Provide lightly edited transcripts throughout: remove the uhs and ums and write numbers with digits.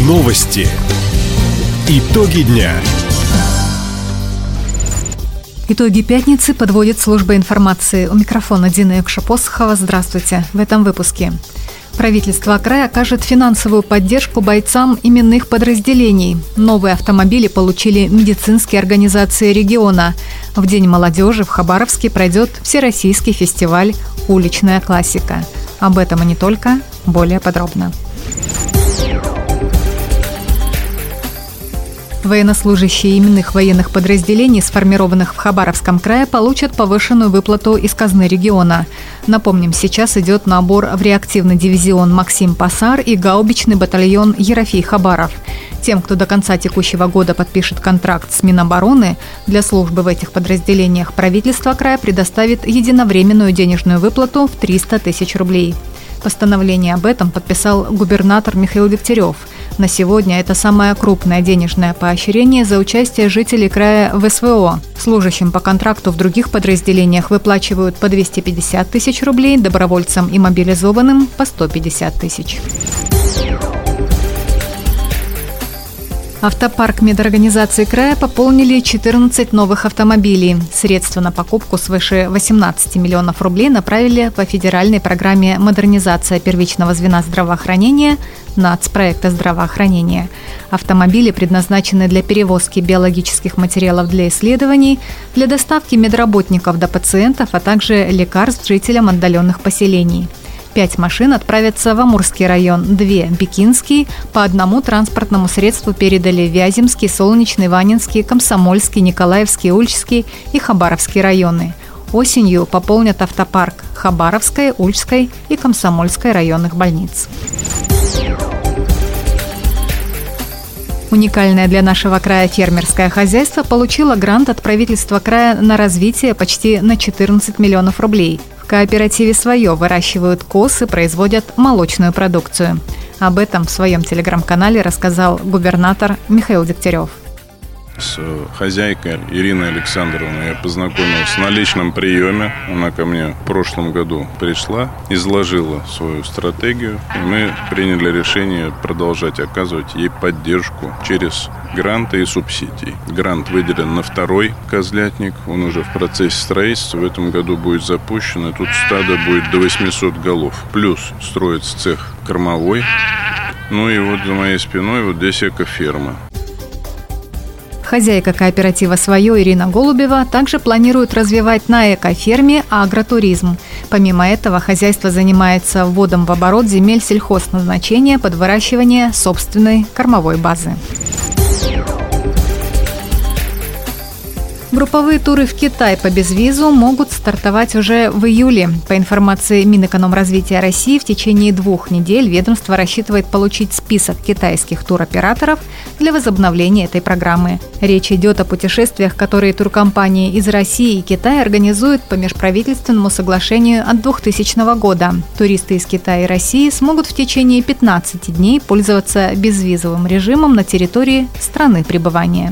Новости. Итоги дня. Итоги пятницы подводит служба информации. У микрофона Дина Юкша-Посохова. Здравствуйте. В этом выпуске. Правительство края окажет финансовую поддержку бойцам именных подразделений. Новые автомобили получили медицинские организации региона. В День молодежи в Хабаровске пройдет Всероссийский фестиваль «Уличная классика». Об этом и не только, более подробно. Военнослужащие именных военных подразделений, сформированных в Хабаровском крае, получат повышенную выплату из казны региона. Напомним, сейчас идет набор в реактивный дивизион «Максим Пасар» и гаубичный батальон «Ерофей Хабаров». Тем, кто до конца текущего года подпишет контракт с Минобороны, для службы в этих подразделениях правительство края предоставит единовременную денежную выплату в 300 тысяч рублей. Постановление об этом подписал губернатор Михаил Дегтярев. На сегодня это самое крупное денежное поощрение за участие жителей края в СВО. Служащим по контракту в других подразделениях выплачивают по 250 тысяч рублей, добровольцам и мобилизованным по 150 тысяч. Автопарк медорганизации края пополнили 14 новых автомобилей. Средства на покупку свыше 18 миллионов рублей направили по федеральной программе «Модернизация первичного звена здравоохранения» нацпроекта здравоохранения. Автомобили предназначены для перевозки биологических материалов для исследований, для доставки медработников до пациентов, а также лекарств жителям отдаленных поселений. 5 машин отправятся в Амурский район, 2 – Бикинский, по одному транспортному средству передали Вяземский, Солнечный, Ванинский, Комсомольский, Николаевский, Ульчский и Хабаровский районы. Осенью пополнят автопарк Хабаровской, Ульчской и Комсомольской районных больниц. Уникальное для нашего края фермерское хозяйство получило грант от правительства края на развитие почти на 14 миллионов рублей. В кооперативе «Свое» выращивают коз и производят молочную продукцию. Об этом в своем телеграм-канале рассказал губернатор Михаил Дегтярев. С хозяйкой Ириной Александровной я познакомился на личном приеме. Она ко мне в прошлом году пришла, изложила свою стратегию. И мы приняли решение продолжать оказывать ей поддержку через гранты и субсидии. Грант выделен на 2-й козлятник. Он уже в процессе строительства. В этом году будет запущен. И тут стадо будет до 800 голов. Плюс строится цех кормовой. Ну и вот за моей спиной вот здесь экоферма. Хозяйка кооператива «Свое» Ирина Голубева также планирует развивать на экоферме агротуризм. Помимо этого, хозяйство занимается вводом в оборот земель сельхозназначения под выращивание собственной кормовой базы. Групповые туры в Китай по безвизу могут стартовать уже в июле. По информации Минэкономразвития России, в течение 2 недель ведомство рассчитывает получить список китайских туроператоров для возобновления этой программы. Речь идет о путешествиях, которые туркомпании из России и Китая организуют по межправительственному соглашению от 2000 года. Туристы из Китая и России смогут в течение 15 дней пользоваться безвизовым режимом на территории страны пребывания.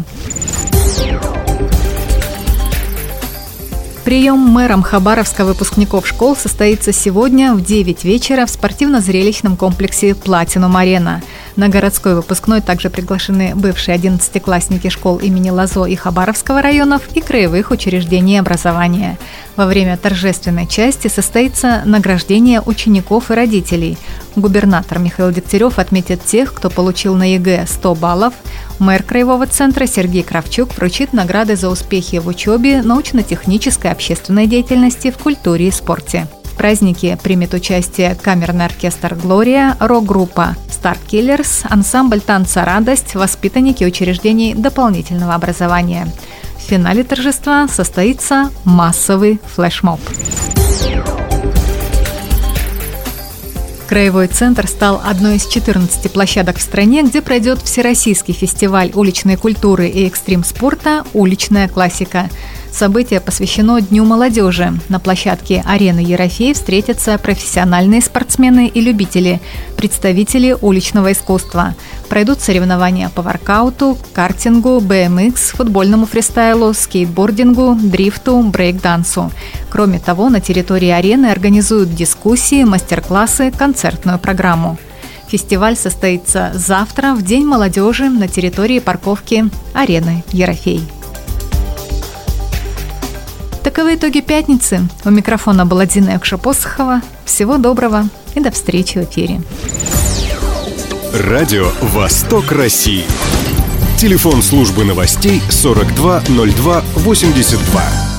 Прием мэром Хабаровска выпускников школ состоится сегодня в 9 вечера в спортивно-зрелищном комплексе «Платинум-Арена». На городской выпускной также приглашены бывшие 11-классники школ имени Лозо и Хабаровского районов и краевых учреждений образования. Во время торжественной части состоится награждение учеников и родителей. Губернатор Михаил Дегтярев отметит тех, кто получил на ЕГЭ 100 баллов. Мэр краевого центра Сергей Кравчук вручит награды за успехи в учебе, научно-технической, общественной деятельности, в культуре и спорте. В празднике примет участие камерный оркестр «Глория», рок-группа «Star Killers», ансамбль танца «Радость», воспитанники учреждений дополнительного образования. В финале торжества состоится массовый флешмоб. Краевой центр стал одной из 14 площадок в стране, где пройдет Всероссийский фестиваль уличной культуры и экстрим-спорта «Уличная классика». Событие посвящено Дню молодежи. На площадке арены Ерофей встретятся профессиональные спортсмены и любители, представители уличного искусства. Пройдут соревнования по воркауту, картингу, BMX, футбольному фристайлу, скейтбордингу, дрифту, брейк-дансу. Кроме того, на территории арены организуют дискуссии, мастер-классы, концертную программу. Фестиваль состоится завтра, в День молодежи, на территории парковки арены «Ерофей». Таковы итоги пятницы. У микрофона была Дина Якша-Посохова. Всего доброго и до встречи в эфире. Радио «Восток России». Телефон службы новостей 420282.